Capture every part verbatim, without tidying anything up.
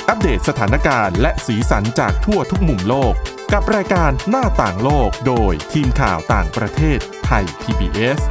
อัปเดตสถานการณ์และสีสันจากทั่วทุกมุมโลกกับรายการหน้าต่างโลกโดยทีมข่าวต่างประเทศไทย พี บี เอส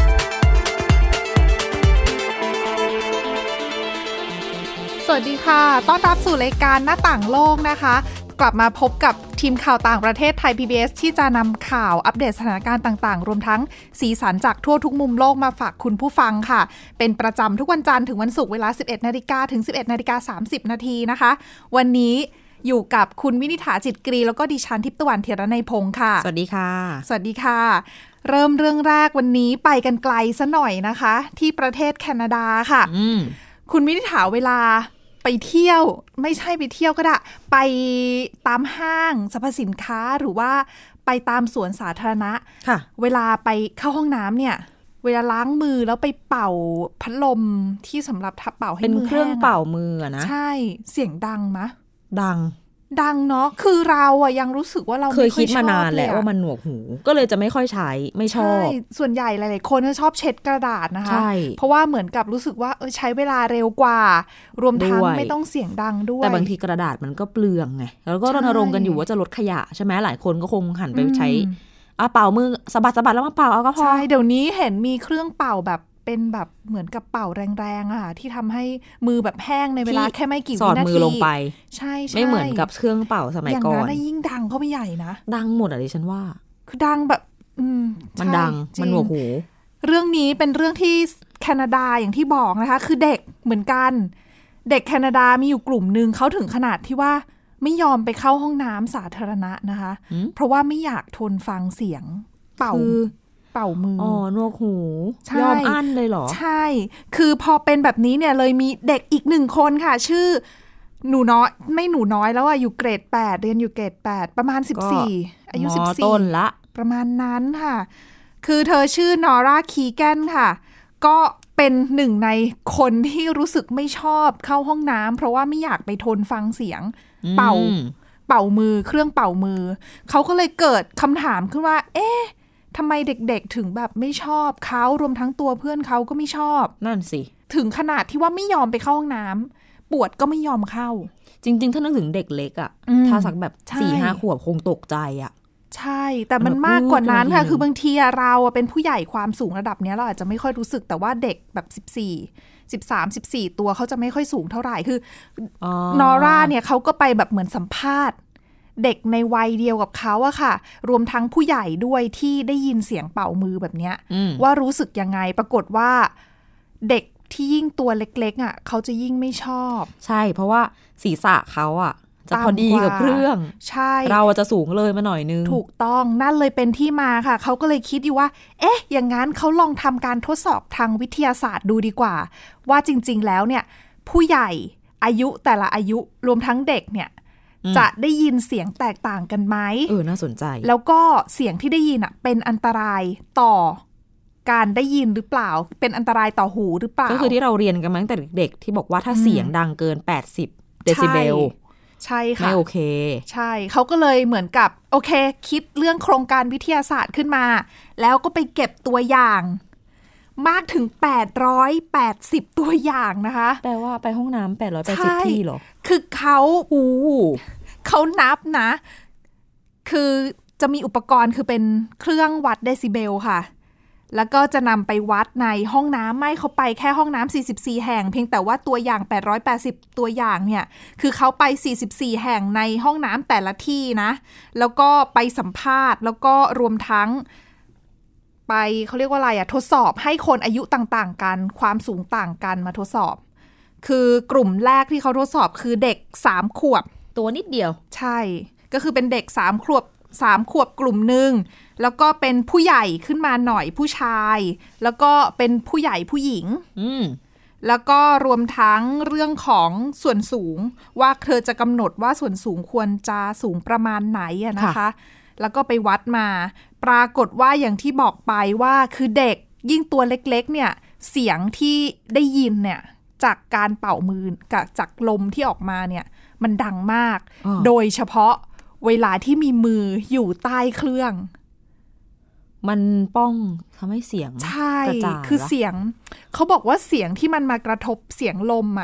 สวัสดีค่ะต้อนรับสู่รายการหน้าต่างโลกนะคะกลับมาพบกับทีมข่าวต่างประเทศไทย พี บี เอส ที่จะนำข่าวอัปเดตสถานการณ์ต่างๆรวมทั้งสีสันจากทั่วทุกมุมโลกมาฝากคุณผู้ฟังค่ะเป็นประจำทุกวันจันทร์ถึงวันศุกร์เวลา สิบเอ็ดนาฬิกา ถึง สิบเอ็ดนาฬิกาสามสิบนาทีนะคะวันนี้อยู่กับคุณวินิษฐาจิตกรีแล้วก็ดิฉันทิพย์ตะวันเทียรนัยพงค์ค่ะสวัสดีค่ะสวัสดีค่ะเริ่มเรื่องแรกวันนี้ไปกันไกลซะหน่อยนะคะที่ประเทศแคนาดาค่ะคุณวินิษฐาเวลาไปเที่ยวไม่ใช่ไปเที่ยวก็ได้ไปตามห้างสรรพสินค้าหรือว่าไปตามสวนสาธารณะค่ะเวลาไปเข้าห้องน้ำเนี่ยเวลาล้างมือแล้วไปเป่าพัดลมที่สำหรับทับเป่าให้มือแห้งเป็นเครื่องเป่ามือนะใช่เสียงดังมะดังดังเนาะคือเราอะยังรู้สึกว่าเราเคยคิดมานานแล้วว่ามันหนวกหูก็เลยจะไม่ค่อยใช้ไม่ชอบส่วนใหญ่หลายๆคนก็ชอบเช็ดกระดาษนะคะเพราะว่าเหมือนกับรู้สึกว่าเออใช้เวลาเร็วกว่ารวมทั้งไม่ต้องเสียงดังด้วยแต่บางทีกระดาษมันก็เปลืองไงแล้วก็รณรงค์กันอยู่ว่าจะลดขยะใช่ไหมหลายคนก็คงหันไปใช้เอาเป่ามือสะบัดสะบัดแล้วมาเป่าเอาก็พอใช่เดี๋ยวนี้เห็นมีเครื่องเป่าแบบเป็นแบบเหมือนกับเป่าแรงๆอะค่ะที่ทำให้มือแบบแห้งในเวลาแค่ไม่กี่วินาทีสอดมือลงไปใช่ๆไม่เหมือนกับเครื่องเป่าสมัยก่อนอย่างนั้นยิ่งดังเข้าไปใหญ่นะดังหมดอะดิฉันว่าคือดังแบบอืมมันดังมันหนวกหูเรื่องนี้เป็นเรื่องที่แคนาดาอย่างที่บอกนะคะคือเด็กเหมือนกันเด็กแคนาดามีอยู่กลุ่มนึงเขาถึงขนาดที่ว่าไม่ยอมไปเข้าห้องน้ำสาธารณะนะคะเพราะว่าไม่อยากทนฟังเสียงเป่าเป่ามืออ๋อนวกหูยอมอั้นเลยเหรอใช่คือพอเป็นแบบนี้เนี่ยเลยมีเด็กอีกหนึ่งคนค่ะชื่อหนูน้อยไม่หนูน้อยแล้วอ่ะอยู่เกรดแปดเรียนอยู่เกรดแปดประมาณสิบสี่อายุสิบสี่ต้นละประมาณนั้นค่ะคือเธอชื่อนอร่าคีแกนค่ะก็เป็นหนึ่งในคนที่รู้สึกไม่ชอบเข้าห้องน้ำเพราะว่าไม่อยากไปทนฟังเสียงเป่าเป่ามือเครื่องเป่ามือเขาก็เลยเกิดคำถามขึ้นว่าเอ๊ะทำไมเด็กๆถึงแบบไม่ชอบเขารวมทั้งตัวเพื่อนเขาก็ไม่ชอบนั่นสิถึงขนาดที่ว่าไม่ยอมไปเข้าห้องน้ำปวดก็ไม่ยอมเข้าจริงๆถ้านึกถึงเด็กเล็กอ่ะถ้าสักแบบ สี่ห้า ขวบคงตกใจอ่ะใช่แต่มันมากกว่านั้นค่ะคือบางทีเราเป็นผู้ใหญ่ความสูงระดับนี้เราอาจจะไม่ค่อยรู้สึกแต่ว่าเด็กแบบสิบสี่ สิบสาม สิบสี่ตัวเขาจะไม่ค่อยสูงเท่าไหร่คือนอร่าเนี่ยเขาก็ไปแบบเหมือนสัมภาษณ์เด็กในวัยเดียวกับเขาอะค่ะรวมทั้งผู้ใหญ่ด้วยที่ได้ยินเสียงเป่ามือแบบเนี้ยว่ารู้สึกยังไงปรากฏว่าเด็กที่ยิ่งตัวเล็กๆอะเขาจะยิ่งไม่ชอบใช่เพราะว่าศีรษะเขาอะจะพอดีกับเครื่องใช่เราจะสูงเลยมาหน่อยนึงถูกต้องนั่นเลยเป็นที่มาค่ะเขาก็เลยคิดอยู่ว่าเอ๊ะอย่างงั้นเขาลองทำการทดสอบทางวิทยาศาสตร์ดูดีกว่าว่าจริงๆแล้วเนี่ยผู้ใหญ่อายุแต่ละอายุรวมทั้งเด็กเนี่ยจะได้ยินเสียงแตกต่างกันไหมเออน่าสนใจแล้วก็เสียงที่ได้ยินอ่ะเป็นอันตรายต่อการได้ยินหรือเปล่าเป็นอันตรายต่อหูหรือเปล่าก็คือที่เราเรียนกันมาตั้งแต่เด็กๆที่บอกว่าถ้าเสียงดังเกินแปดสิบเดซิเบลใช่ค่ะไม่โอเคใช่เขาก็เลยเหมือนกับโอเคคิดเรื่องโครงการวิทยาศาสตร์ขึ้นมาแล้วก็ไปเก็บตัวอย่างมากถึงแปดร้อยแปดสิบตัวอย่างนะคะแปลว่าไปห้องน้ำแปดร้อยแปดสิบที่เหรอคือเขาอู้เขานับนะคือจะมีอุปกรณ์คือเป็นเครื่องวัดเดซิเบลค่ะแล้วก็จะนำไปวัดในห้องน้ำไม่เขาไปแค่ห้องน้ำสี่สิบสี่แห่งเพียงแต่ว่าตัวอย่างแปดร้อยแปดสิบตัวอย่างเนี่ยคือเขาไปสี่สิบสี่แห่งในห้องน้ำแต่ละที่นะแล้วก็ไปสัมภาษณ์แล้วก็รวมทั้งไปเขาเรียกว่าอะไรอะทดสอบให้คนอายุต่างๆกันความสูงต่างกันมาทดสอบคือกลุ่มแรกที่เขาทดสอบคือเด็กสามขวบตัวนิดเดียวใช่ก็คือเป็นเด็กสามขวบสามขวบกลุ่มนึงแล้วก็เป็นผู้ใหญ่ขึ้นมาหน่อยผู้ชายแล้วก็เป็นผู้ใหญ่ผู้หญิงอืมแล้วก็รวมทั้งเรื่องของส่วนสูงว่าเธอจะกำหนดว่าส่วนสูงควรจะสูงประมาณไหนอะนะคะแล้วก็ไปวัดมาปรากฏว่าอย่างที่บอกไปว่าคือเด็กยิ่งตัวเล็กๆเนี่ยเสียงที่ได้ยินเนี่ยจากการเป่ามือกับจากลมที่ออกมาเนี่ยมันดังมากโดยเฉพาะเวลาที่มีมืออยู่ใต้เครื่องมันป้องทำให้เสียงกระจายคือเสียงเขาบอกว่าเสียงที่มันมากระทบเสียงลมอ่ะ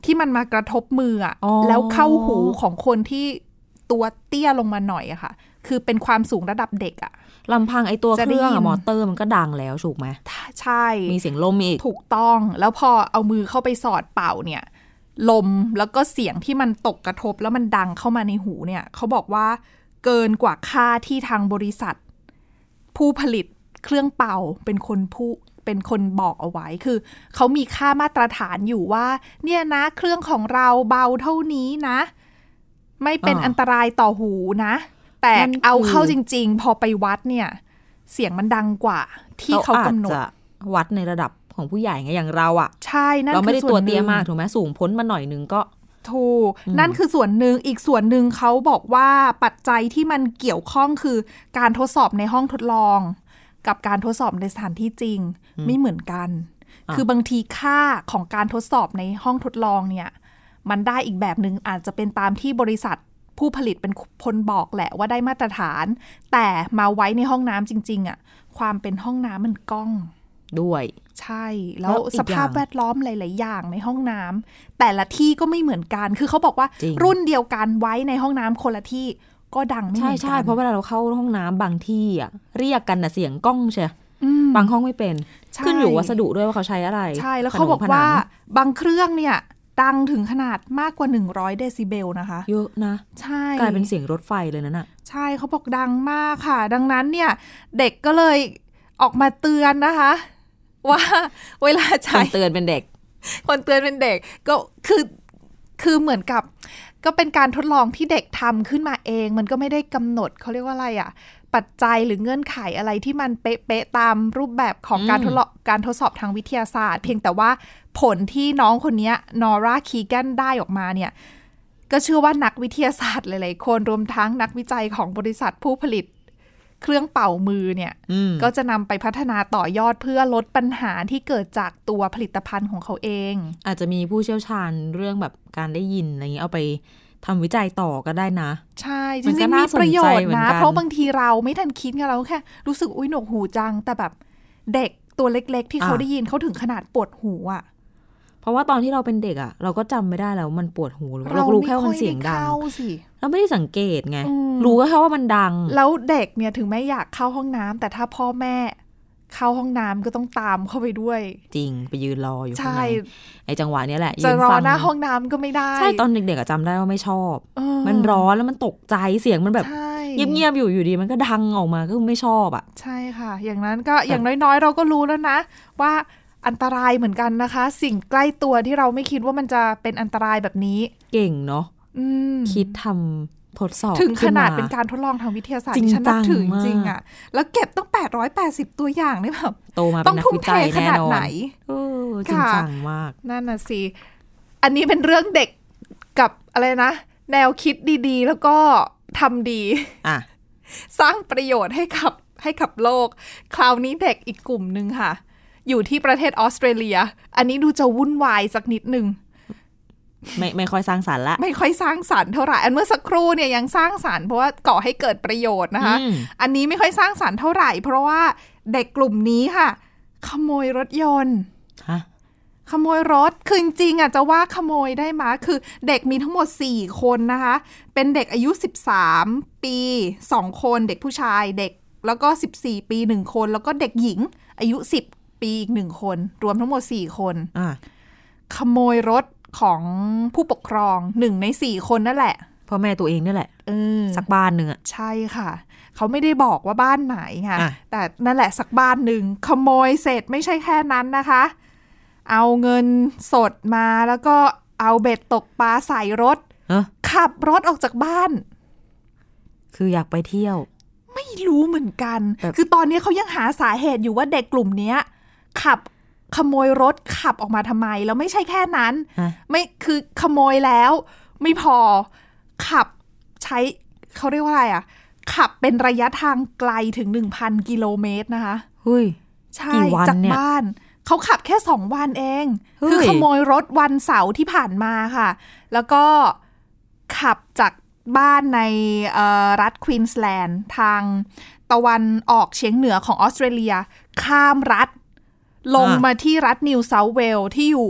ที่มันมากระทบมืออ่ะแล้วเข้าหูของคนที่ตัวเตี้ยลงมาหน่อยอะค่ะคือเป็นความสูงระดับเด็กอะลำพังไอตัวเครื่องมอเตอร์มันก็ดังแล้วถูกไหมใช่มีเสียงลมอีกถูกต้องแล้วพอเอามือเข้าไปสอดเป่าเนี่ยลมแล้วก็เสียงที่มันตกกระทบแล้วมันดังเข้ามาในหูเนี่ยเขาบอกว่าเกินกว่าค่าที่ทางบริษัทผู้ผลิตเครื่องเป่าเป็นคนผู้เป็นคนบอกเอาไว้คือเขามีค่ามาตรฐานอยู่ว่าเนี่ยนะเครื่องของเราเบาเท่านี้นะไม่เป็นอันตรายต่อหูนะแต่เอาเข้าจริงๆพอไปวัดเนี่ยเสียงมันดังกว่าที่เขากำหนดวัดในระดับของผู้ใหญ่ไงอย่างเราอ่ะใช่นั่นเราไม่ได้ตัวเตี้ยมากถูกไหมสูงพ้นมาหน่อยนึงก็ถูกนั่นคือส่วนหนึ่งอีกส่วนหนึ่งเขาบอกว่าปัจจัยที่มันเกี่ยวข้องคือการทดสอบในห้องทดลองกับการทดสอบในสถานที่จริงไม่เหมือนกันคือบางทีค่าของการทดสอบในห้องทดลองเนี่ยมันได้อีกแบบนึงอาจจะเป็นตามที่บริษัทผู้ผลิตเป็นคนบอกแหละว่าได้มาตรฐานแต่มาไว้ในห้องน้ำจริงๆอ่ะความเป็นห้องน้ำมันก้องด้วยใช่แล้วสภาพแวดล้อมหลายๆอย่างในห้องน้ำแต่ละที่ก็ไม่เหมือนกันคือเขาบอกว่ารุ่นเดียวกันไว้ในห้องน้ำคนละที่ก็ดังไม่เหมือนกันใช่ใช่เพราะเวลาเราเข้าห้องน้ำบางที่อ่ะเรียกกันนะเสียงก้องใช่บางห้องไม่เป็นขึ้นอยู่วัสดุด้วยว่าเขาใช้อะไรใช่แล้วเขาบอกว่าบางเครื่องเนี่ยดังถึงขนาดมากกว่าหนึ่งร้อยเดซิเบลนะคะเยอะนะใช่กลายเป็นเสียงรถไฟเลยนั่นน่ะใช่เขาบอกดังมากค่ะดังนั้นเนี่ยเด็กก็เลยออกมาเตือนนะคะว่าเวลาใช้คนเตือนเป็นเด็กคนเตือนเป็นเด็กก็คือคือเหมือนกับก็เป็นการทดลองที่เด็กทำขึ้นมาเองมันก็ไม่ได้กำหนดเขาเรียกว่าอะไรอ่ะปัจจัยหรือเงื่อนไขอะไรที่มันเป๊ะๆตามรูปแบบของการทดลองการทดสอบทางวิทยาศาสตร์เพียงแต่ว่าผลที่น้องคนนี้นอร่าคีแกนได้ออกมาเนี่ยก็เชื่อว่านักวิทยาศาสตร์หลายๆคนรวมทั้งนักวิจัยของบริษัทผู้ผลิตเครื่องเป่ามือเนี่ยก็จะนำไปพัฒนาต่อยอดเพื่อลดปัญหาที่เกิดจากตัวผลิตภัณฑ์ของเขาเองอาจจะมีผู้เชี่ยวชาญเรื่องแบบการได้ยินอะไรอย่างนี้เอาไปทำวิจัยต่อก็ได้นะใช่จริงๆมีประโยชน์นะเพราะบางทีเราไม่ทันคิดไงเราแค่รู้สึกอุ้ยหนวกหูจังแต่แบบเด็กตัวเล็กๆที่เขาได้ยินเขาถึงขนาดปวดหูอ่ะเพราะว่าตอนที่เราเป็นเด็กอ่ะเราก็จำไม่ได้แล้วมันปวดหูเรารู้แค่ว่ามันเสียงดังเราไม่ได้สังเกตไงรู้แค่ว่ามันดังแล้วเด็กเนี่ยถึงแม้อยากเข้าห้องน้ำแต่ถ้าพ่อแม่เข้าห้องน้ำก็ต้องตามเข้าไปด้วยจริงไปยืนรออยู่ข้างในไอ้จังหวะนี้แหละจะรอหน้าห้องน้ำก็ไม่ได้ใช่ตอนเด็กๆจำได้ว่าไม่ชอบมันร้อนแล้วมันตกใจเสียงมันแบบเงียบๆอยู่อยู่ดีมันก็ดังออกมาก็ไม่ชอบอ่ะใช่ค่ะอย่างนั้นก็อย่างน้อยๆเราก็รู้แล้วนะว่าอันตรายเหมือนกันนะคะสิ่งใกล้ตัวที่เราไม่คิดว่ามันจะเป็นอันตรายแบบนี้เก่งเนาะคิดทำทดสอบถึงขนาดเป็นการทดลองทางวิทยาศาสตร์ฉันนับถือจริงอ่ะแล้วเก็บตั้งแปดร้อยแปดสิบตัวอย่างนี่แบบโตมาเป็นนักวิจัยแน่นอนเออจริงจังมากนั่นน่ะสิอันนี้เป็นเรื่องเด็กกับอะไรนะแนวคิดดีๆแล้วก็ทำดีอ่ะสร้างประโยชน์ให้กับให้กับโลกคราวนี้เด็กอีกกลุ่มนึงค่ะอยู่ที่ประเทศออสเตรเลียอันนี้ดูจะวุ่นวายสักนิดนึงไม่ไม่ค่อยสร้างสรรค์ละไม่ค่อยสร้างสรรค์เท่าไหร่อันเมื่อสักครู่เนี่ยยังสร้างสรรค์เพราะว่าก่อให้เกิดประโยชน์นะคะ ออันนี้ไม่ค่อยสร้างสรรค์เท่าไหร่เพราะว่าเด็กกลุ่มนี้ค่ะขโมยรถยนต์ฮะขโมยรถคือจริงๆอ่ะจะว่าขโมยได้มั้ยคือเด็กมีทั้งหมดสี่คนนะคะเป็นเด็กอายุสิบสามปีสองคนเด็กผู้ชายเด็กแล้วก็สิบสี่ปีหนึ่งคนแล้วก็เด็กหญิงอายุสิบปีอีกหนึ่งคนรวมทั้งหมดสี่คนอ่าขโมยรถของผู้ปกครองหนึ่งในสี่คนนั่นแหละพ่อแม่ตัวเองนั่นแหละเออสักบ้านหนึ่งอ่ะใช่ค่ะเขาไม่ได้บอกว่าบ้านไหนค่ะแต่นั่นแหละสักบ้านหนึ่งขโมยเสร็จไม่ใช่แค่นั้นนะคะเอาเงินสดมาแล้วก็เอาเบ็ดตกปลาใส่รถขับรถออกจากบ้านคืออยากไปเที่ยวไม่รู้เหมือนกันคือตอนนี้เขายังหาสาเหตุอยู่ว่าเด็กกลุ่มนี้ขับขโมยรถขับออกมาทำไมแล้วไม่ใช่แค่นั้นไม่คือขโมยแล้วไม่พอขับใช้เขาเรียกว่าอะไรอ่ะขับเป็นระยะทางไกลถึง หนึ่งพัน กิโลเมตรนะคะเฮ้ยใช่จากบ้านเขาขับแค่สองวันเองคือขโมยรถวันเสาร์ที่ผ่านมาค่ะแล้วก็ขับจากบ้านในรัฐควีนสแลนด์ทางตะวันออกเฉียงเหนือของออสเตรเลียข้ามรัฐลงมาที่รัฐนิวเซาท์เวลส์ที่อยู่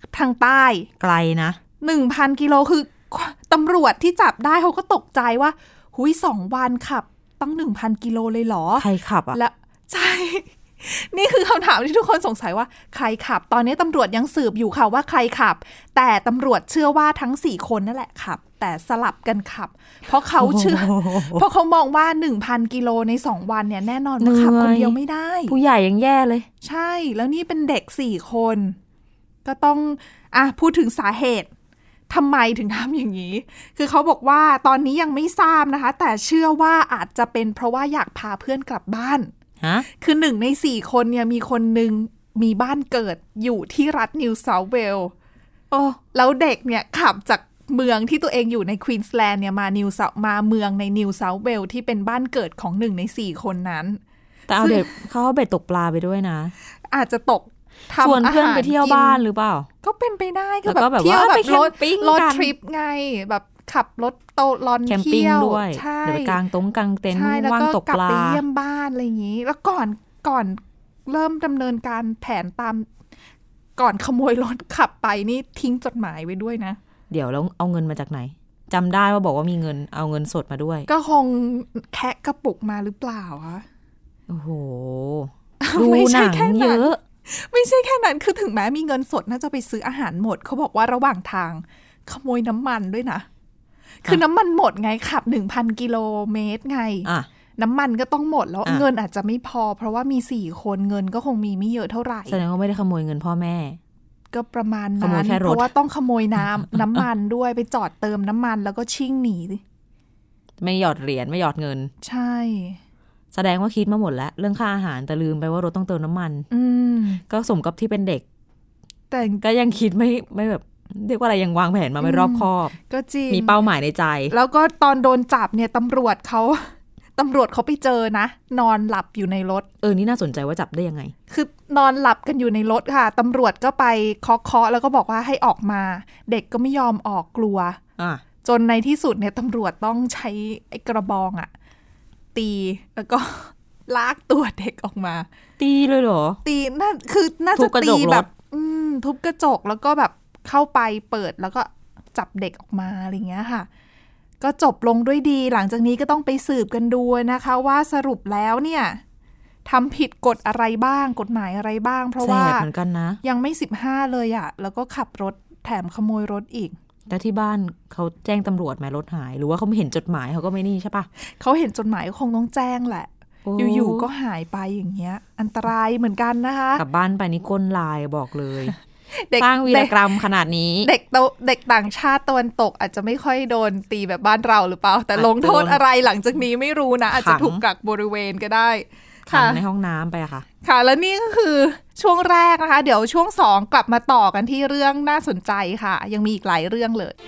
ทางใต้ไกลนะหนึ่งพัน กิโลคือตำรวจที่จับได้เขาก็ตกใจว่าหุยสองวันขับตั้ง หนึ่งพัน กิโลเลยเหรอใครขับอ่ะและใช่นี่คือคำถามที่ทุกคนสงสัยว่าใครขับตอนนี้ตำรวจยังสืบอยู่ค่ะว่าใครขับแต่ตำรวจเชื่อว่าทั้งสี่คนนั่นแหละขับแต่สลับกันขับเพราะเขาเชื่อ เพราะเขามองว่า หนึ่งพัน กิโลในสองวันเนี่ยแน่นอนว่าขับคนเดียวไม่ได้ผู้ใหญ่ยังแย่เลยใช่แล้วนี่เป็นเด็กสี่คนก็ต้องอ่ะพูดถึงสาเหตุทำไมถึงทำอย่างนี้คือเขาบอกว่าตอนนี้ยังไม่ทราบนะคะแต่เชื่อว่าอาจจะเป็นเพราะว่าอยากพาเพื่อนกลับบ้านคือหนึ่งในสี่คนเนี่ยมีคนหนึ่งมีบ้านเกิดอยู่ที่รัฐนิวเซาท์เวลส์โอ้แล้วเด็กเนี่ยขับจากเมืองที่ตัวเองอยู่ในควีนสแลนด์เนี่ยมานิวเซามาเมืองในนิวเซาท์เวลส์ที่เป็นบ้านเกิดของหนึ่งในสี่คนนั้นแต่เอาเด็กเขาเอาเบ็ดตกปลาไปด้วยนะอาจจะตกชวนเพื่อนไปเที่ยวบ้านหรือเปล่าก็เป็นไปได้ก็แบบเที่ยวแบบรถรถทริปไงแบบขับรถโตลอนเที่ยวใช่เดี๋ยวไปกางตรงกางเต็นท์ว่างตกปลาไปเยี่ยมบ้านอะไรอย่างนี้แล้วก่อนก่อนเริ่มดำเนินการแผนตามก่อนขโมยรถขับไปนี่ทิ้งจดหมายไว้ด้วยนะเดี๋ยวแล้วเอาเงินมาจากไหนจำได้ว่าบอกว่ามีเงินเอาเงินสดมาด้วยก็คงแคะกระปุกมาหรือเปล่าคะโอ้โหดูหนังเยอะไม่ใช่แค่นั้นคือถึงแม้มีเงินสดน่าจะไปซื้ออาหารหมดเขาบอกว่าระหว่างทางขโมยน้ำมันด้วยนะคือน้ำมันหมดไงขับ หนึ่งพัน กิโลเมตรไงน้ำมันก็ต้องหมดแล้วเงินอาจจะไม่พอเพราะว่ามีสี่คนเงินก็คงมีไม่เยอะเท่าไหร่แสดงว่าไม่ได้ขโมยเงินพ่อแม่ก็ประมาณนั้นเพราะว่าต้องขโมยน้ำ น้ำมันด้วยไปจอดเติมน้ำมันแล้วก็ชิ่งหนีไม่หยอดเหรียญไม่หยอดเงินใช่แสดงว่าคิดมาหมดแล้วเรื่องค่าอาหารแต่ลืมไปว่ารถต้องเติมน้ำมันก็สมกับที่เป็นเด็กแต่ก็ยังคิดไม่ไม่แบบเรียกว่าอะไรยังวางแผนมาไม่รอบคอบก็จริงมีเป้าหมายในใจแล้วก็ตอนโดนจับเนี่ยตำรวจเขาตำรวจเขาไปเจอนะนอนหลับอยู่ในรถเออนี่น่าสนใจว่าจับได้ยังไงคือนอนหลับกันอยู่ในรถค่ะตำรวจก็ไปเคาะๆแล้วก็บอกว่าให้ออกมาเด็กก็ไม่ยอมออกกลัวอ่ะจนในที่สุดเนี่ยตำรวจต้องใช้ไอ้กระบองอะตีแล้วก็ลากตัวเด็กออกมาตีเลยเหรอตีน่าคือน่าจะตีแบบอืมทุบกระจกแล้วก็แบบเข้าไปเปิดแล้วก็จับเด็กออกมาอะไรเงี้ยค่ะก็จบลงด้วยดีหลังจากนี้ก็ต้องไปสืบกันดูนะคะว่าสรุปแล้วเนี่ยทำผิดกฎอะไรบ้างกฎหมายอะไรบ้างเพราะว่าเหมือนกันนะยังไม่สิบห้าเลยอ่ะแล้วก็ขับรถแถมขโมยรถอีกแล้วที่บ้านเขาแจ้งตำรวจไหมรถหายหรือว่าเขาไม่เห็นจดหมายเขาก็ไม่นี่ใช่ปะเขาเห็นจดหมายคงต้องแจ้งแหละอยู่ๆก็หายไปอย่างเงี้ยอันตรายเหมือนกันนะคะกลับบ้านไปนี่ก้นลายบอกเลยสร้างวีรกรรมขนาดนี้เด็กเด็กต่างชาติตะวันตกอาจจะไม่ค่อยโดนตีแบบบ้านเราหรือเปล่าแต่ลงโทษอะไรหลังจากนี้ไม่รู้นะอาจจะถูกกักบริเวณก็ได้ค่ะในห้องน้ำไปค่ะค่ะแล้วนี่ก็คือช่วงแรกนะคะเดี๋ยวช่วงสองกลับมาต่อกันที่เรื่องน่าสนใจค่ะยังมีอีกหลายเรื่องเลย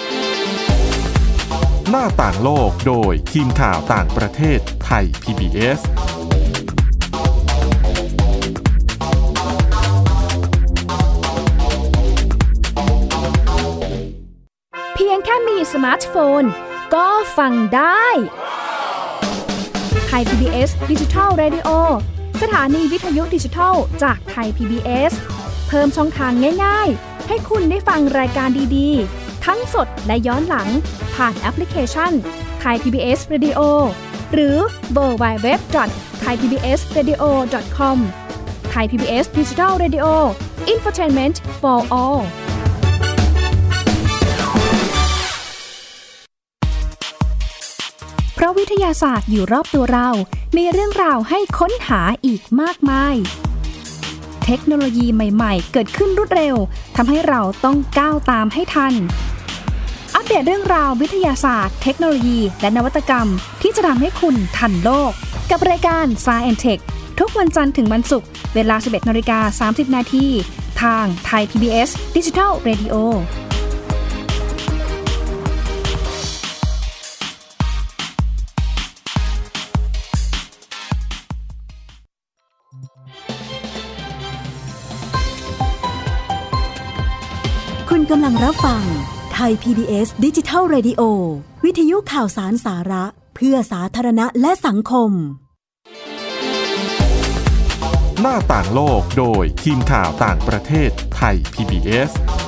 หน้าต่างโลกโดยทีมข่าวต่างประเทศไทย พี บี เอสเพียงแค่มีสมาร์ทโฟนก็ฟังได้ไทย พี บี เอส Digital Radio สถานีวิทยุดิจิทัลจากไทย พี บี เอส เพิ่มช่องทางง่ายๆให้คุณได้ฟังรายการดีๆทั้งสดและย้อนหลังผ่านแอปพลิเคชัน Thai พี บี เอส Radio หรือ ดับเบิลยู ดับเบิลยู ดับเบิลยู ดอท ไทย พี บี เอส เรดิโอ ดอท คอม Thai พี บี เอส Digital Radio Infotainment for allเพราะวิทยาศาสตร์อยู่รอบตัวเรามีเรื่องราวให้ค้นหาอีกมากมายเทคโนโลยีใหม่ๆเกิดขึ้นรวดเร็วทำให้เราต้องก้าวตามให้ทันอัปเดตเรื่องราววิทยาศาสตร์เทคโนโลยีและนวัตกรรมที่จะทำให้คุณทันโลกกับรายการ Science แอนด์ Tech ทุกวันจันทร์ถึงวันศุกร์เวลา สิบเอ็ดนาฬิกาสามสิบนาทีทาง Thai พี บี เอส Digital Radio คุณกำลังรับฟังไทย พี บี เอส Digital Radio วิทยุข่าวสารสาระเพื่อสาธารณะและสังคมหน้าต่างโลกโดยทีมข่าวต่างประเทศไทย พี บี เอส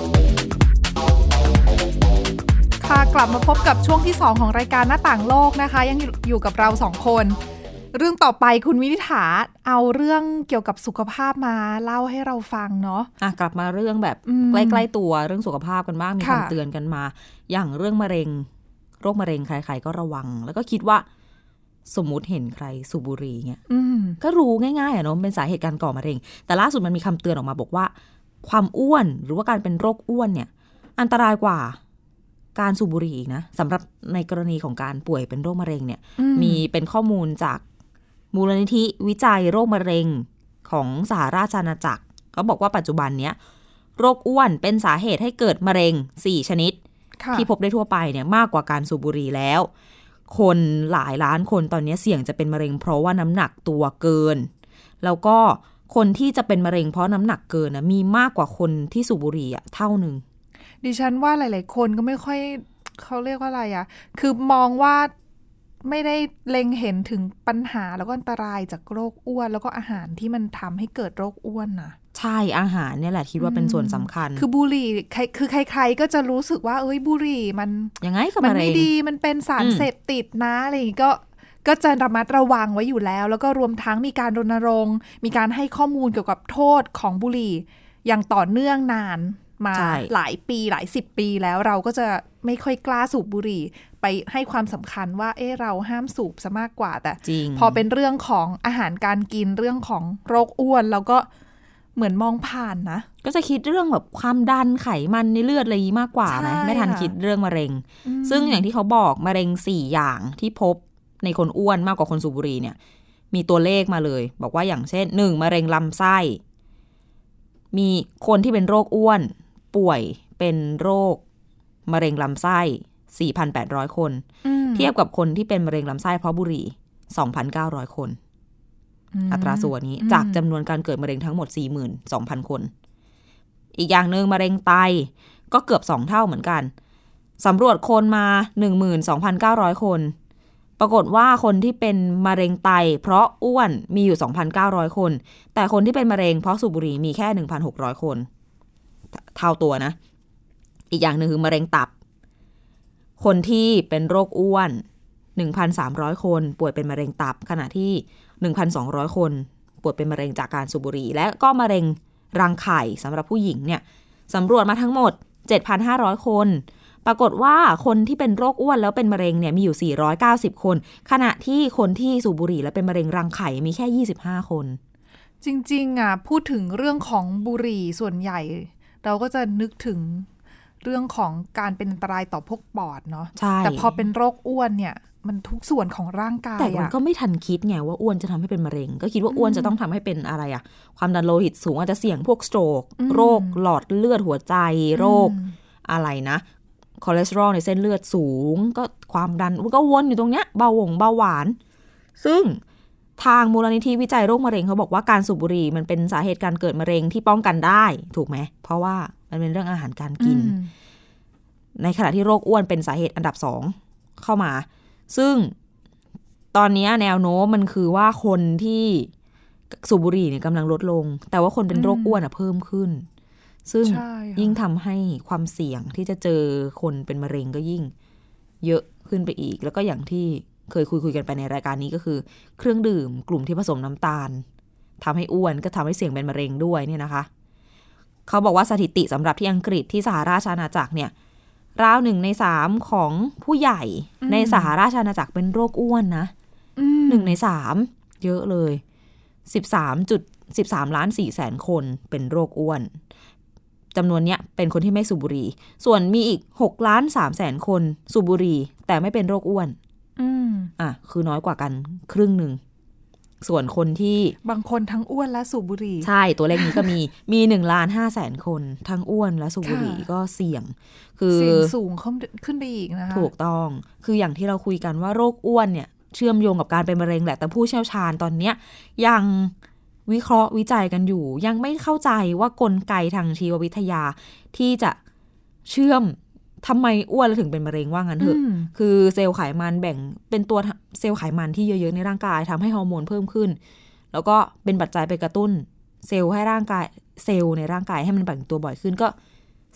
กลับมาพบกับช่วงที่สองของรายการหน้าต่างโลกนะคะยังอยู่กับเราสองคนเรื่องต่อไปคุณวินิฐาเอาเรื่องเกี่ยวกับสุขภาพมาเล่าให้เราฟังเนาะอ่ะกลับมาเรื่องแบบใกล้ๆตัวเรื่องสุขภาพกันบ้างมีคำเตือนกันมาอย่างเรื่องมะเร็งโรคมะเร็งใครๆก็ระวังแล้วก็คิดว่าสมมุติเห็นใครสูบบุหรี่เงี้ยก็รู้ง่ายๆอ่ะเนาะเป็นสาเหตุการก่อมะเร็งแต่ล่าสุดมันมีคำเตือนออกมาบอกว่าความอ้วนหรือว่าการเป็นโรคอ้วนเนี่ยอันตรายกว่าการสูบบุหรี่อีกนะสำหรับในกรณีของการป่วยเป็นโรคมะเร็งเนี่ย ม, มีเป็นข้อมูลจากมูลนิธิวิจัยโรคมะเร็งของสหราชอาณาจักรเขาบอกว่าปัจจุบันเนี้ยโรคอ้วนเป็นสาเหตุให้เกิดมะเร็งสี่ชนิดที่พบได้ทั่วไปเนี่ยมากกว่าการสูบบุหรี่แล้วคนหลายล้านคนตอนนี้เสี่ยงจะเป็นมะเร็งเพราะว่าน้ำหนักตัวเกินแล้วก็คนที่จะเป็นมะเร็งเพราะน้ำหนักเกินนะมีมากกว่าคนที่สูบบุหรี่อ่ะเท่านึงดิฉันว่าหลายๆคนก็ไม่ค่อยเขาเรียกว่าอะไรอ่ะคือมองว่าไม่ได้เล็งเห็นถึงปัญหาแล้วก็อันตรายจากโรคอ้วนแล้วก็อาหารที่มันทำให้เกิดโรคอ้วนนะใช่อาหารเนี่ยแหละคิดว่าเป็นส่วนสำคัญคือบุหรี่คือใครๆก็จะรู้สึกว่าเอ้ยบุหรี่มันยังไงก็มันไม่ดีมันเป็นสารเสพติดนะอะไรก็ก็จะระมัดระวังไว้อยู่แล้วแล้วก็รวมทั้งมีการรณรงค์มีการให้ข้อมูลเกี่ยวกับโทษของบุหรี่อย่างต่อเนื่องนานมาหลายปีหลายสิบปีแล้วเราก็จะไม่ค่อยกล้าสูบบุหรี่ไปให้ความสำคัญว่าเอ๊ะเราห้ามสูบซะมากกว่าแต่พอเป็นเรื่องของอาหารการกินเรื่องของโรคอ้วนเราก็เหมือนมองผ่านนะก็จะคิดเรื่องแบบความดันไขมันในเลือดอะไรมากกว่านะไม่ทันคิดเรื่องมะเร็งซึ่งอย่างที่เขาบอกมะเร็งสี่อย่างที่พบในคนอ้วนมากกว่าคนสูบบุหรี่เนี่ยมีตัวเลขมาเลยบอกว่าอย่างเช่นหนึ่งมะเร็งลำไส้มีคนที่เป็นโรคอ้วนป่วยเป็นโรคมะเร็งลำไส้ สี่พันแปดร้อย คนเทียบกับคนที่เป็นมะเร็งลำไส้เพราะบุหรี่ สองพันเก้าร้อย คนอัตราส่วนนี้จากจำนวนการเกิดมะเร็งทั้งหมด สี่หมื่นสองพัน คนอีกอย่างนึงมะเร็งไตก็เกือบสองเท่าเหมือนกันสำรวจคนมา หนึ่งหมื่นสองพันเก้าร้อย คนปรากฏว่าคนที่เป็นมะเร็งไตเพราะอ้วนมีอยู่ สองพันเก้าร้อย คนแต่คนที่เป็นมะเร็งเพราะสูบบุหรี่มีแค่ หนึ่งพันหกร้อย คนเท่าตัวนะอีกอย่างหนึ่งคือมะเร็งตับคนที่เป็นโรคอ้วน หนึ่งพันสามร้อย คนป่วยเป็นมะเร็งตับขณะที่ หนึ่งพันสองร้อย คนป่วยเป็นมะเร็งจากการสูบบุหรี่และก็มะเร็งรังไข่สำหรับผู้หญิงเนี่ยสำรวจมาทั้งหมด เจ็ดพันห้าร้อย คนปรากฏว่าคนที่เป็นโรคอ้วนแล้วเป็นมะเร็งเนี่ยมีอยู่สี่ร้อยเก้าสิบคนขณะที่คนที่สูบบุหรี่แล้วเป็นมะเร็งรังไข่มีแค่ยี่สิบห้าคนจริงๆอ่ะพูดถึงเรื่องของบุหรี่ส่วนใหญ่เราก็จะนึกถึงเรื่องของการเป็นอันตรายต่อพวกปอดเนาะแต่พอเป็นโรคอ้วนเนี่ยมันทุกส่วนของร่างกายแต่มันก็ไม่ทันคิดไงว่าอ้วนจะทำให้เป็นมะเร็งก็คิดว่าอ้วนจะต้องทำให้เป็นอะไรอะความดันโลหิตสูงอาจจะเสี่ยงพวกสโตรกโรคหลอดเลือดหัวใจโรคอะไรนะคอเลสเตอรอลในเส้นเลือดสูงก็ความดันมันก็วนอยู่ตรงเนี้ยเบาหวงเบาหวานซึ่งทางมูลนิธิวิจัยโรคมะเร็งเขาบอกว่าการสูบบุหรี่มันเป็นสาเหตุการเกิดมะเร็งที่ป้องกันได้ถูกไหมเพราะว่ามันเป็นเรื่องอาหารการกินในขณะที่โรคอ้วนเป็นสาเหตุอันดับสองเข้ามาซึ่งตอนนี้แนวโน้มมันคือว่าคนที่สูบบุหรี่เนี่ยกำลังลดลงแต่ว่าคนเป็นโรคอ้วนอ่ะเพิ่มขึ้นซึ่งยิ่งทำให้ความเสี่ยงที่จะเจอคนเป็นมะเร็งก็ยิ่งเยอะขึ้นไปอีกแล้วก็อย่างที่เคยคุยคุยกันไปในรายการนี้ก็คือเครื่องดื่มกลุ่มที่ผสมน้ำตาลทำให้อ้วนก็ทำให้เสี่ยงเป็นมะเร็งด้วยเนี่ยนะคะเขาบอกว่าสถิติสำหรับที่อังกฤษที่สหราชอาณาจักรเนี่ยราวหนึ่งในสามของผู้ใหญ่ในสหราชอาณาจักรเป็นโรคอ้วนนะหนึ่งในสามเยอะเลยสิบสามจุดสิบสามล้านสี่แสนคนเป็นโรคอ้วนจำนวนเนี้ยเป็นคนที่ไม่สูบบุหรี่ส่วนมีอีกหกล้านสามแสนคนสูบบุหรี่แต่ไม่เป็นโรคอ้วนอ่ะคือน้อยกว่ากันครึ่งหนึ่งส่วนคนที่บางคนทั้งอ้วนและสูบบุหรี่ใช่ตัวเลขนี้ก็มีมีหนึ่งล้านห้าแสนคนทั้งอ้วนและสูบบุหรี่ก็เสี่ยงคือเสี่ยงสูงขึ้นไปอีกนะคะถูกต้องคืออย่างที่เราคุยกันว่าโรคอ้วนเนี่ยเชื่อมโยงกับการเป็นมะเร็งแหละแต่ผู้เชี่ยวชาญตอนเนี้ยยังวิเคราะห์วิจัยกันอยู่ยังไม่เข้าใจว่ากลไกทางชีววิทยาที่จะเชื่อมทำไมอ้วนแล้วถึงเป็นมะเร็งว่างั้นเถอะคือเซลล์ไขมันแบ่งเป็นตัวเซลล์ไขมันที่เยอะๆในร่างกายทำให้ฮอร์โมนเพิ่มขึ้นแล้วก็เป็นปัจจัยไปกระตุ้นเซลล์ให้ร่างกายเซลล์ในร่างกายให้มันแบ่งตัวบ่อยขึ้นก็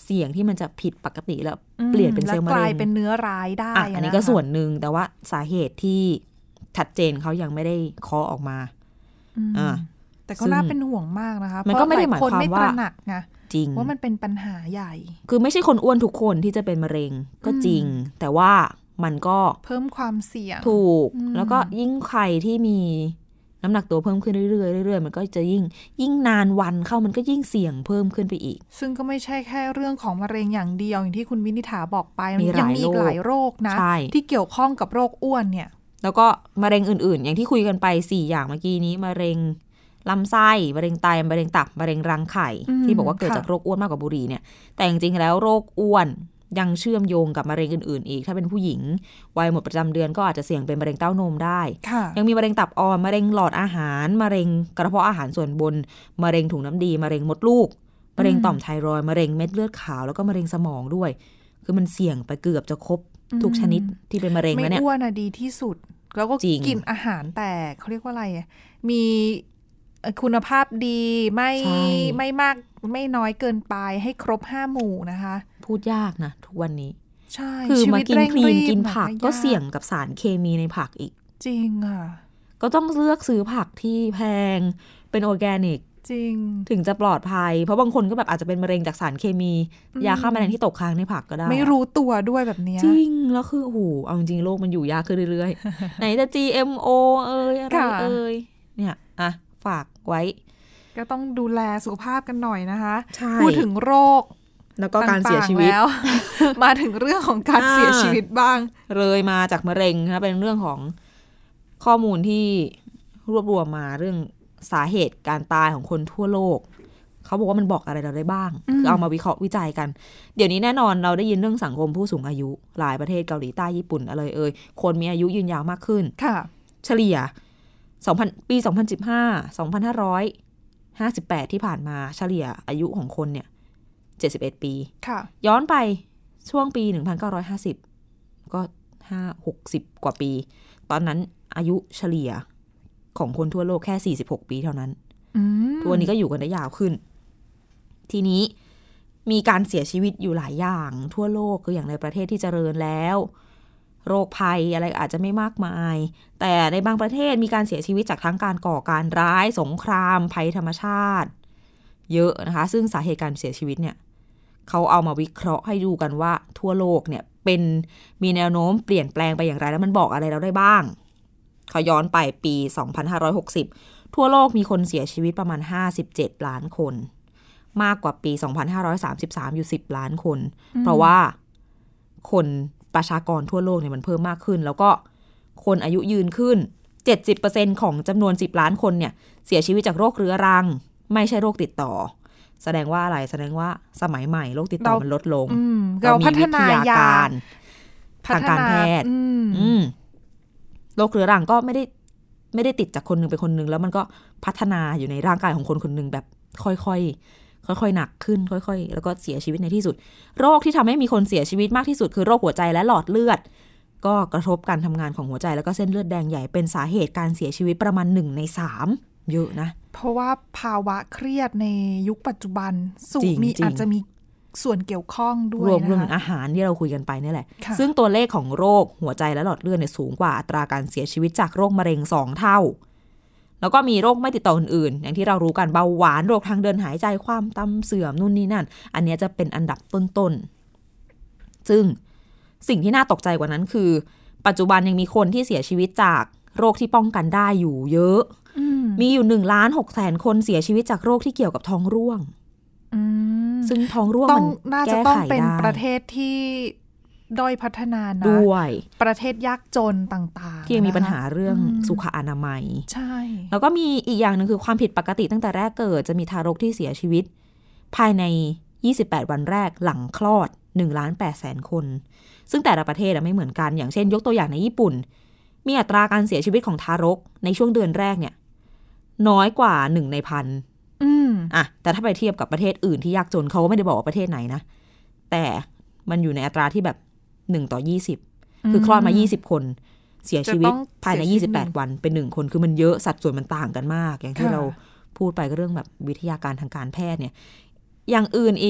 เสี่ยงที่มันจะผิดปกติแล้วเปลี่ยนเป็นเซลล์มะเร็งแล้วกลายเป็นเนื้อร้ายได้อันนี้ก็ส่วนหนึ่งแต่ว่าสาเหตุที่ชัดเจนเขายังไม่ได้เคาะออกมาอ่าแต่ก็น่าเป็นห่วงมากนะคะมันก็ไม่ได้หมายความว่าหนักไงจริงว่ามันเป็นปัญหาใหญ่คือไม่ใช่คนอ้วนทุกคนที่จะเป็นมะเร็งก็จริงแต่ว่ามันก็เพิ่มความเสี่ยงถูกแล้วก็ยิ่งใครที่มีน้ำหนักตัวเพิ่มขึ้นเรื่อยๆเรื่อยๆมันก็จะยิ่งยิ่งนานวันเข้ามันก็ยิ่งเสี่ยงเพิ่มขึ้นไปอีกซึ่งก็ไม่ใช่แค่เรื่องของมะเร็งอย่างเดียวอย่างที่คุณวินิษฐาบอกไปมันยังมีอีกหลายโรคนะที่เกี่ยวข้องกับโรคอ้วนเนี่ยแล้วก็มะเร็งอื่นๆอย่างที่คุยกันไปสี่อย่างเมื่อกี้นี้มะเร็งลำไส้มะเร็งไตมะเร็งตับมะเร็งรังไข่ที่บอกว่าเกิดจากโรคอ้วนมากกว่าบุหรี่เนี่ยแต่จริงๆแล้วโรคอ้วนยังเชื่อมโยงกับมะเร็งอื่นๆอีกถ้าเป็นผู้หญิงวัยหมดประจำเดือนก็อาจจะเสี่ยงเป็นมะเร็งเต้านมได้ยังมีมะเร็งตับอ่อนมะเร็งหลอดอาหารมะเร็งกระเพาะอาหารส่วนบนมะเร็งถุงน้ำดีมะเร็งมดลูกมะเร็งต่อมไทรอยด์มะเร็งเม็ดเลือดขาวแล้วก็มะเร็งสมองด้วยคือมันเสี่ยงไปเกือบจะครบทุกชนิดที่เป็นมะเร็งแล้วเนี่ยไม่อ้วนอะดีที่สุดแล้วก็กินอาหารแต่เขาเรียกว่าอะไรมีคุณภาพดีไม่ไม่มากไม่น้อยเกินไปให้ครบห้าหมู่นะคะพูดยากนะทุกวันนี้ใช่คือมากินคลีนกินผักก็เสี่ยงกับสารเคมีในผักอีกจริงค่ะก็ต้องเลือกซื้อผักที่แพงเป็นออร์แกนิกจริงถึงจะปลอดภัยเพราะบางคนก็แบบอาจจะเป็นมะเร็งจากสารเคมียาฆ่าแมลงที่ตกค้างในผักก็ได้ไม่รู้ตัวด้วยแบบนี้จริงแล้วคือโอ้โหเอาจริงๆโลกมันอยู่ยากขึ้นเรื่อยๆ ไหนจะ จี เอ็ม โอ เอ่ยอะไรเอ่ยเนี่ยอ่ะฝากไว้ก็ต้องดูแลสุขภาพกันหน่อยนะคะพูดถึงโรคแล้วก็การเสียชีวิตมาถึงเรื่องของการเสียชีวิตบ้างเลยมาจากมะเร็งนะเป็นเรื่องของข้อมูลที่รวบรวมมาเรื่องสาเหตุการตายของคนทั่วโลกเขาบอกว่ามันบอกอะไรเราได้บ้างคือเอามาวิเคราะห์วิจัยกันเดี๋ยวนี้แน่นอนเราได้ยินเรื่องสังคมผู้สูงอายุหลายประเทศเกาหลีใต้ญี่ปุ่นอะไรเอ่ยคนมีอายุยืนยาวมากขึ้นค่ะเฉลี่ยสองพันปีสองพันสิบห้า สองพันห้าร้อยห้าสิบแปดที่ผ่านมาเฉลี่ยอายุของคนเนี่ยเจ็ดสิบเอ็ดปีค่ะย้อนไปช่วงปีหนึ่งพันเก้าร้อยห้าสิบก็ห้า หกสิบกว่าปีตอนนั้นอายุเฉลี่ยของคนทั่วโลกแค่สี่สิบหกปีเท่านั้นทุกวันนี้ก็อยู่กันได้ยาวขึ้นทีนี้มีการเสียชีวิตอยู่หลายอย่างทั่วโลกคืออย่างในประเทศที่เจริญแล้วโรคภัยอะไรอาจจะไม่มากมายแต่ในบางประเทศมีการเสียชีวิตจากทั้งการก่อการร้ายสงครามภัยธรรมชาติเยอะนะคะซึ่งสาเหตุการเสียชีวิตเนี่ยเขาเอามาวิเคราะห์ให้ดูกันว่าทั่วโลกเนี่ยเป็นมีแนวโน้มเปลี่ยนแปลงไปอย่างไรแล้วมันบอกอะไรเราได้บ้างเขาย้อนไปปีสองพันห้าร้อยหกสิบทั่วโลกมีคนเสียชีวิตประมาณห้าสิบเจ็ดล้านคนมากกว่าปีสองพันห้าร้อยสามสิบสามอยู่สิบล้านคนเพราะว่าคนประชากรทั่วโลกเนี่ยมันเพิ่มมากขึ้นแล้วก็คนอายุยืนขึ้น เจ็ดสิบเปอร์เซ็นต์ ของจำนวนสิบล้านคนเนี่ยเสียชีวิตจากโรคเรื้อรังไม่ใช่โรคติดต่อแสดงว่าอะไรแสดงว่าสมัยใหม่โรคติดต่อมันลดลงเราพัฒนายาทางการแพทย์โรคเรื้อรังก็ไม่ได้ไม่ได้ติดจากคนนึงไปคนนึงแล้วมันก็พัฒนาอยู่ในร่างกายของคนคนนึงแบบค่อยๆค่อยๆหนักขึ้นค่อยๆแล้วก็เสียชีวิตในที่สุดโรคที่ทำให้มีคนเสียชีวิตมากที่สุดคือโรคหัวใจและหลอดเลือดก็กระทบการทำงานของหัวใจแล้วก็เส้นเลือดแดงใหญ่เป็นสาเหตุการเสียชีวิตประมาณหนึ่งในสามเยอะนะเพราะว่าภาวะเครียดในยุคปัจจุบันสูงมีอาจจะมีส่วนเกี่ยวข้องด้วยรวมรวมถึงอาหารที่เราคุยกันไปนี่แหละซึ่งตัวเลขของโรคหัวใจและหลอดเลือดเนี่ยสูงกว่าอัตราการเสียชีวิตจากโรคมะเร็งสองเท่าแล้วก็มีโรคไม่ติดต่ออื่นๆอย่างที่เรารู้กันเบาหวานโรคทางเดินหายใจความดันเสื่อมนู่นนี่นั่นอันนี้จะเป็นอันดับต้นๆซึ่งสิ่งที่น่าตกใจกว่านั้นคือปัจจุบันยังมีคนที่เสียชีวิตจากโรคที่ป้องกันได้อยู่เยอะมีอยู่หนึ่งล้านหกแสนคนเสียชีวิตจากโรคที่เกี่ยวกับท้องร่วงซึ่งท้องร่วงมันน่าจะต้องเป็นประเทศที่ด้อยพัฒนานะด้วยประเทศยากจนต่างๆที่มีปัญหาเรื่องสุขอนามัยใช่แล้วก็มีอีกอย่างนึงคือความผิดปกติตั้งแต่แรกเกิดจะมีทารกที่เสียชีวิตภายในยี่สิบแปดวันแรกหลังคลอด หนึ่งล้านแปดแสนคนซึ่งแต่ละประเทศไม่เหมือนกันอย่างเช่นยกตัวอย่างในญี่ปุ่นมีอัตราการเสียชีวิตของทารกในช่วงเดือนแรกเนี่ยน้อยกว่าหนึ่งในพันอ่ะแต่ถ้าไปเทียบกับประเทศอื่นที่ยากจนเขาก็ไม่ได้บอกว่าประเทศไหนนะแต่มันอยู่ในอัตราที่แบบหนึ่งต่อยี่สิบคือคลอดมายี่สิบคนเสียชีวิตภายในยี่สิบแปดวันเป็นหนึ่งคนคือมันเยอะสัดส่วนมันต่างกันมากอย่างที่เราพูดไปก็เรื่องแบบวิทยาการทางการแพทย์เนี่ยอย่างอื่นอีก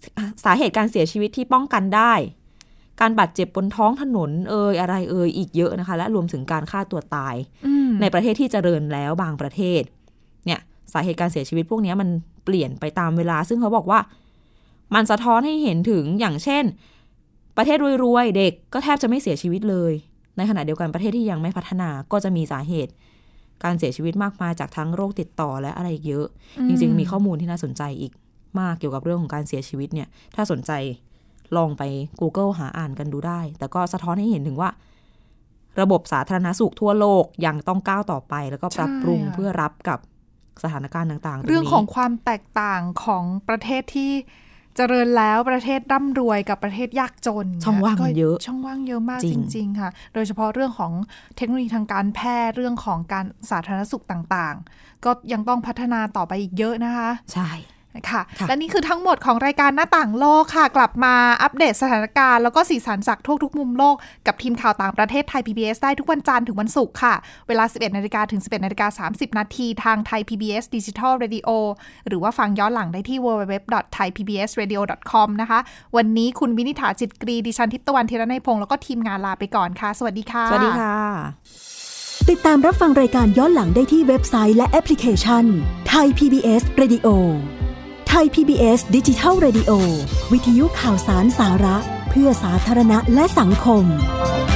สาเหตุการเสียชีวิตที่ป้องกันได้การบาดเจ็บบนท้องถนนเอ่ยอะไรเอ่ยอีกเยอะนะคะและรวมถึงการฆ่าตัวตายในประเทศที่เจริญแล้วบางประเทศเนี่ยสาเหตุการเสียชีวิตพวกนี้มันเปลี่ยนไปตามเวลาซึ่งเขาบอกว่ามันสะท้อนให้เห็นถึงอย่างเช่นประเทศรวยๆเด็กก็แทบจะไม่เสียชีวิตเลยในขณะเดียวกันประเทศที่ยังไม่พัฒนาก็จะมีสาเหตุการเสียชีวิตมากมายจากทั้งโรคติดต่อและอะไรเยอะจริงๆมีข้อมูลที่น่าสนใจอีกมากเกี่ยวกับเรื่องของการเสียชีวิตเนี่ยถ้าสนใจลองไป Google หาอ่านกันดูได้แต่ก็สะท้อนให้เห็นถึงว่าระบบสาธารณสุขทั่วโลกยังต้องก้าวต่อไปแล้วก็ปรับปรุงเพื่อรับกับสถานการณ์ต่างๆเรื่องของความแตกต่างของประเทศที่เจริญแล้วประเทศร่ำรวยกับประเทศยากจนช่องว่างเยอะช่องว่างเยอะมากจริงๆค่ะโดยเฉพาะเรื่องของเทคโนโลยีทางการแพทย์เรื่องของการสาธารณสุขต่างๆก็ยังต้องพัฒนาต่อไปอีกเยอะนะคะใช่ค่ะและนี่คือทั้งหมดของรายการหน้าต่างโลกค่ะกลับมาอัปเดตสถานการณ์แล้วก็สีสันจากทั่วทุกมุมโลกกับทีมข่าวต่างประเทศไทย พี บี เอส ได้ทุกวันจันทร์ถึงวันศุกร์ค่ะเวลา สิบเอ็ดนาฬิกา ถึง สิบเอ็ดนาฬิกาสามสิบ นาทีทางไทย พี บี เอส Digital Radio หรือว่าฟังย้อนหลังได้ที่ ดับเบิลยู ดับเบิลยู ดับเบิลยู ดอท ไทย พี บี เอส เรดิโอ ดอท คอม นะคะวันนี้คุณวินิษฐาจิตกรีดิฉันทิพย์ตะวันธีรนัยพงษ์แล้วก็ทีมงานลาไปก่อนค่ะสวัสดีค่ะสวัสดีค่ะติดตามรับฟังรายการย้อนหลังได้ที่เว็บไซต์และแอปพลิเคชัน Thai พี บี เอส Radioไทย พี บี เอส Digital Radio วิทยุข่าวสารสาระเพื่อสาธารณะและสังคม